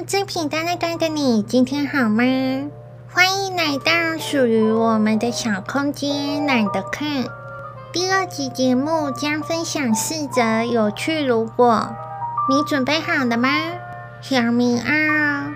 最平淡的端的你，今天好吗？欢迎来到属于我们的小空间，懒得看。第2集节目将分享4则有趣如果，你准备好了吗？小明啊！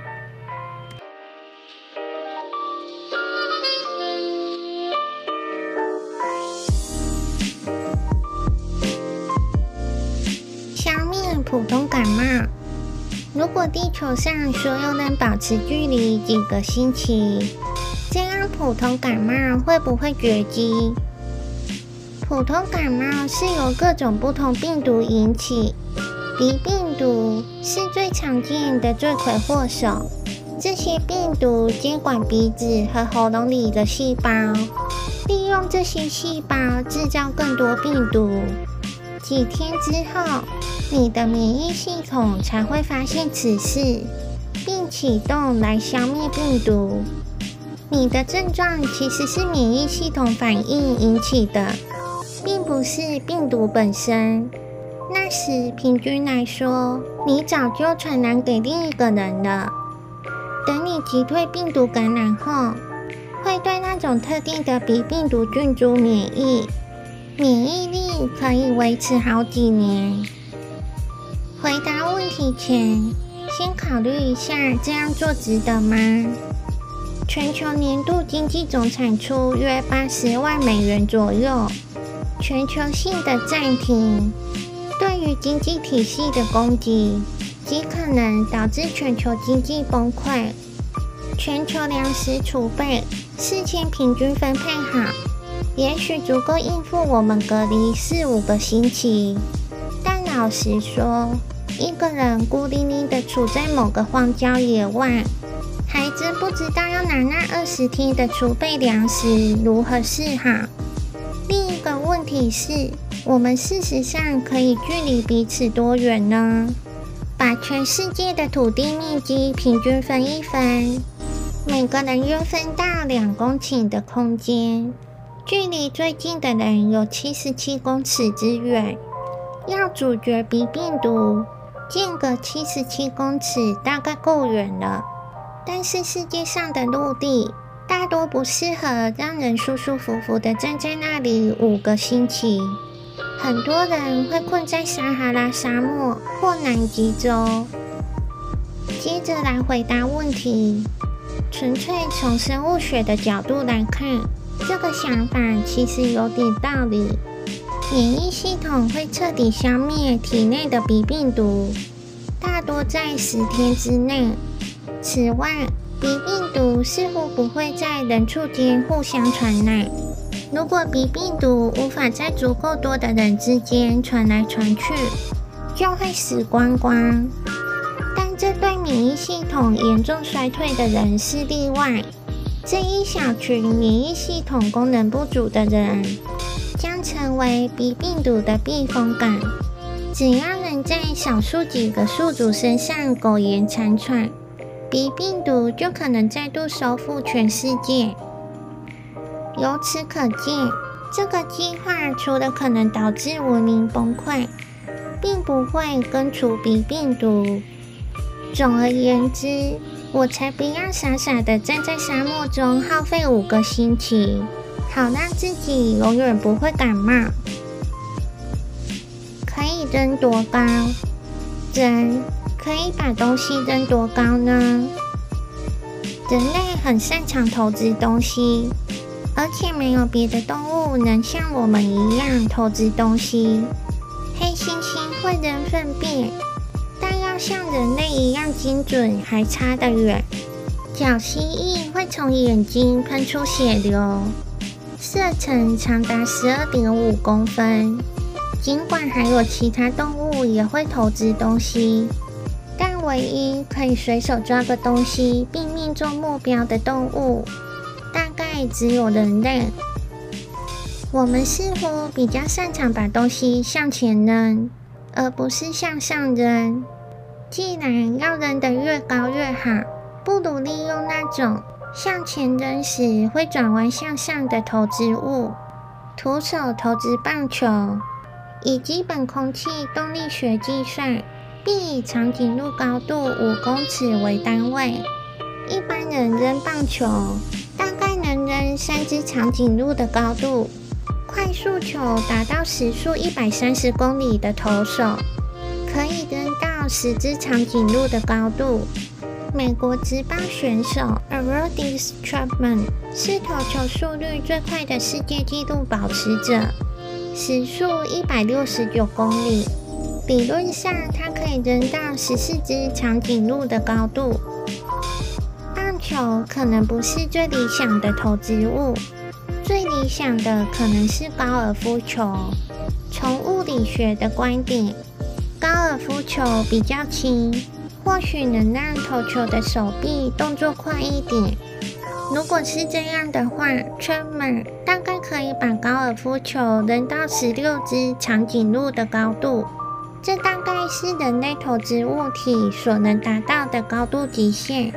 消灭普通感冒。如果地球上所有人保持距离几个星期，这样普通感冒会不会绝迹？普通感冒是由各种不同病毒引起，鼻病毒是最常见的罪魁祸首。这些病毒接管鼻子和喉咙里的细胞，利用这些细胞制造更多病毒。几天之后，你的免疫系统才会发现此事，并启动来消灭病毒。你的症状其实是免疫系统反应引起的，并不是病毒本身。那时平均来说，你早就传染给另一个人了。等你击退病毒感染后，会对那种特定的鼻病毒菌株免疫，免疫力可以维持好几年。回答问题前，先考虑一下这样做值得吗？全球年度经济总产出约80万美元左右，全球性的暂停对于经济体系的攻击，极可能导致全球经济崩溃。全球粮食储备事先平均分配好，也许足够应付我们隔离4-5个星期。但老实说，一个人孤零零地处在某个荒郊野外，还真不知道要拿那20天的储备粮食如何是好。另一个问题是，我们事实上可以距离彼此多远呢？把全世界的土地面积平均分一分，每个人约分到2公顷的空间，距离最近的人有77公尺之远。要阻绝鼻病毒，间隔77公尺大概够远了。但是世界上的陆地大多不适合让人舒舒服服地站在那里5个星期。很多人会困在撒哈拉沙漠或南极洲。接着来回答问题。纯粹从生物学的角度来看，这个想法其实有点道理。免疫系统会彻底消灭体内的鼻病毒，大多在10天之内。此外，鼻病毒似乎不会在人畜间互相传染。如果鼻病毒无法在足够多的人之间传来传去，就会死光光。但这对免疫系统严重衰退的人是例外。这一小群免疫系统功能不足的人，将成为鼻病毒的避风港。只要能在少数几个宿主身上苟延残喘，鼻病毒就可能再度收复全世界。由此可见，这个计划除了可能导致文明崩溃，并不会根除鼻病毒。总而言之，我才不要傻傻的站在沙漠中耗费5个星期，好让自己永远不会感冒。可以扔多高？人可以把东西扔多高呢？人类很擅长投掷东西，而且没有别的动物能像我们一样投掷东西。黑猩猩会扔粪便，但要像人类一样精准还差得远。角蜥蜴会从眼睛喷出血流，射程长达12.5公分。尽管还有其他动物也会投掷东西，但唯一可以随手抓个东西并命中目标的动物，大概只有人类。我们似乎比较擅长把东西向前扔，而不是向上扔。既然要扔得越高越好，不如利用那种向前扔时会转弯向上的投掷物，徒手投掷棒球。以基本空气动力学计算， 并以长颈鹿高度5公尺为单位。一般人扔棒球，大概能扔3只长颈鹿的高度。快速球达到时速130公里的投手，可以扔到10只长颈鹿的高度。美国职棒选手 Aroldis Chapman 是投球速率最快的世界纪录保持者，时速169公里。理论上，他可以扔到14只长颈鹿的高度。棒球可能不是最理想的投掷物，最理想的可能是高尔夫球。从物理学的观点，高尔夫球比较轻，或许能让投球的手臂动作快一点。如果是这样的话 Chapman 大概可以把高尔夫球扔到16只长颈鹿的高度。这大概是人类投掷物体所能达到的高度极限。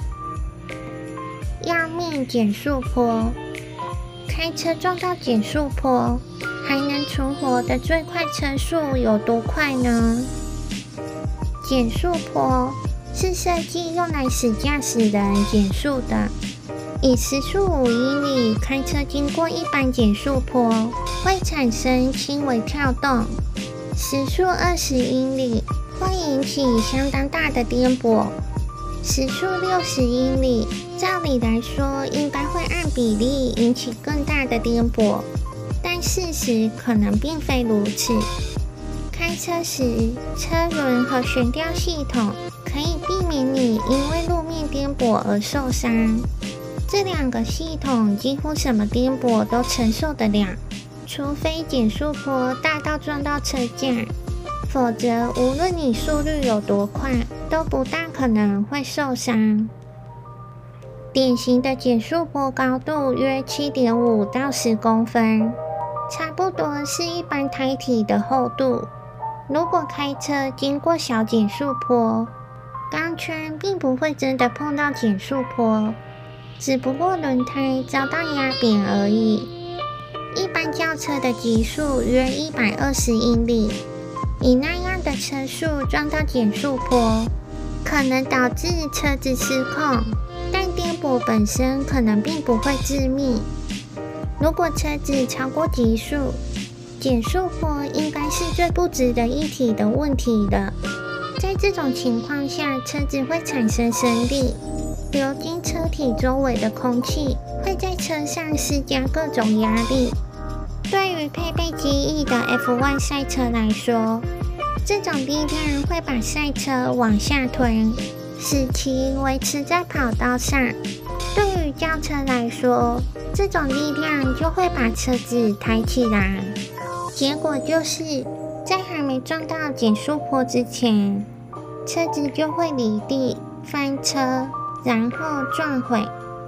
要命减速坡，开车撞到减速坡，还能存活的最快车速有多快呢？减速坡是设计用来使驾驶人减速的。以时速5英里开车经过一般减速坡，会产生轻微跳动；时速20英里会引起相当大的颠簸；时速60英里，照理来说应该会按比例引起更大的颠簸，但事实可能并非如此。开车时，车轮和悬吊系统可以避免你因为路面颠簸而受伤。这2个系统几乎什么颠簸都承受得了，除非减速坡大到撞到车架，否则无论你速率有多快，都不大可能会受伤。典型的减速坡高度约 7.5 到10公分，差不多是一般胎体的厚度。如果开车经过小减速坡，钢圈并不会真的碰到减速坡，只不过轮胎遭到压扁而已。一般轿车的极速约120英里，以那样的车速撞到减速坡，可能导致车子失控，但颠簸本身可能并不会致命。如果车子超过极速，减速坡应该是最不值得一提的问题了。在这种情况下，车子会产生升力，流经车体周围的空气会在车上施加各种压力。对于配备机翼的 F1 赛车来说，这种力量会把赛车往下推，使其维持在跑道上。对于轿车来说，这种力量就会把车子抬起来。结果就是在还没撞到减速坡之前，车子就会离地翻车，然后撞毁。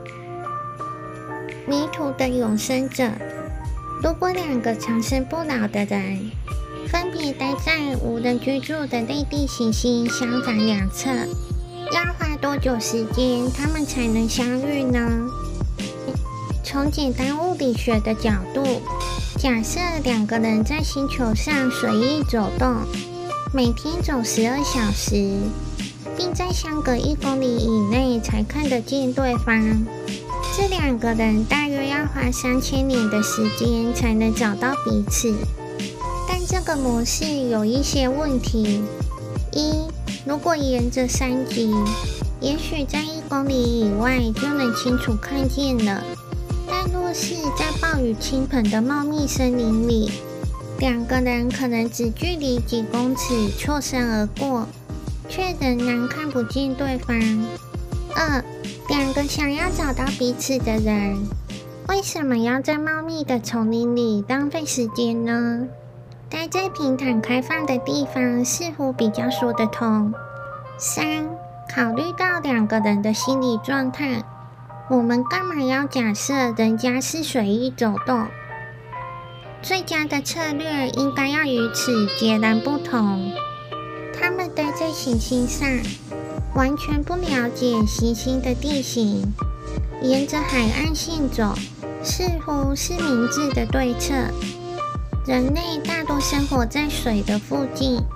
迷途的永生者，如果2个长生不老的人分别待在无人居住的类地行星相反两侧，要花多久时间他们才能相遇呢？从简单物理学的角度，假设2个人在星球上随意走动，每天走12小时，并在相隔1公里以内才看得见对方，这2个人大约要花3000年的时间才能找到彼此。但这个模式有一些问题：一，如果沿着山脊，也许在1公里以外就能清楚看见了。但若是在暴雨倾盆的茂密森林里，2个人可能只距离几公尺错身而过，却仍然看不见对方。2. 2个想要找到彼此的人，为什么要在茂密的丛林里浪费时间呢？待在平坦开放的地方似乎比较说得通。3. 考虑到2个人的心理状态，我们干嘛要假设人家是随意走动？最佳的策略应该要与此截然不同。他们待在行星上，完全不了解行星的地形，沿着海岸线走，似乎是明智的对策。人类大多生活在水的附近，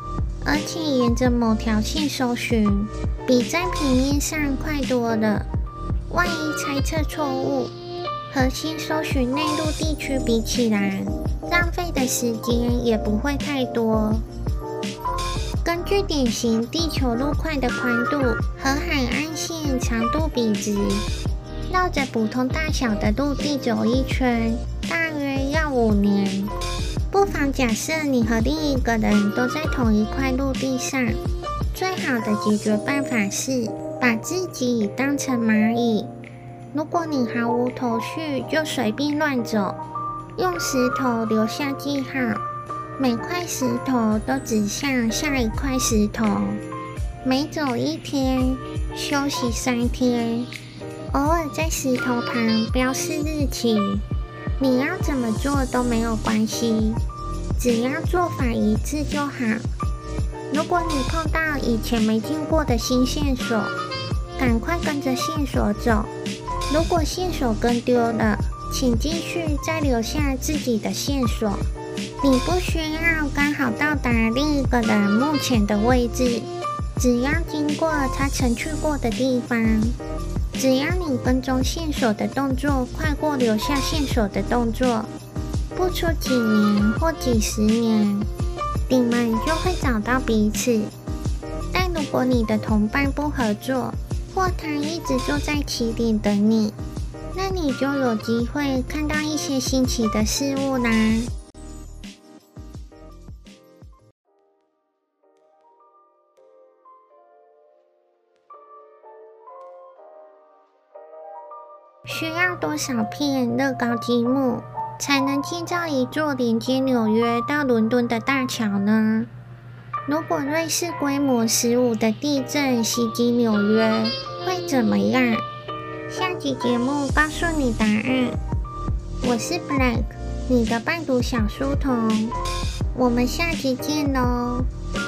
而且沿着某条线搜寻，比在平面上快多了。万一猜测错误，和先搜寻内陆地区比起来，浪费的时间也不会太多。根据典型地球陆块的宽度和海岸线长度比值，绕着不同大小的陆地走一圈，大约要5年。不妨假设你和另一个人都在同一块陆地上，最好的解决办法是把自己当成蚂蚁。如果你毫无头绪，就随便乱走，用石头留下记号，每块石头都指向下一块石头，每走1天，休息3天，偶尔在石头旁标示日期。你要怎么做都没有关系，只要做法一致就好。如果你碰到以前没见过的新线索，赶快跟着线索走。如果线索跟丢了，请继续再留下自己的线索。你不需要刚好到达另一个人目前的位置，只要经过他曾去过的地方。只要你跟踪线索的动作快过留下线索的动作，不出几年或几十年，你们就会找到彼此。但如果你的同伴不合作，或他一直坐在起点等你，那你就有机会看到一些新奇的事物啦。需要多少片乐高积木才能建造一座连接纽约到伦敦的大桥呢？如果瑞士规模15的地震袭击纽约，会怎么样？下集节目告诉你答案。我是 Black， 你的伴读小书童，我们下集见喽。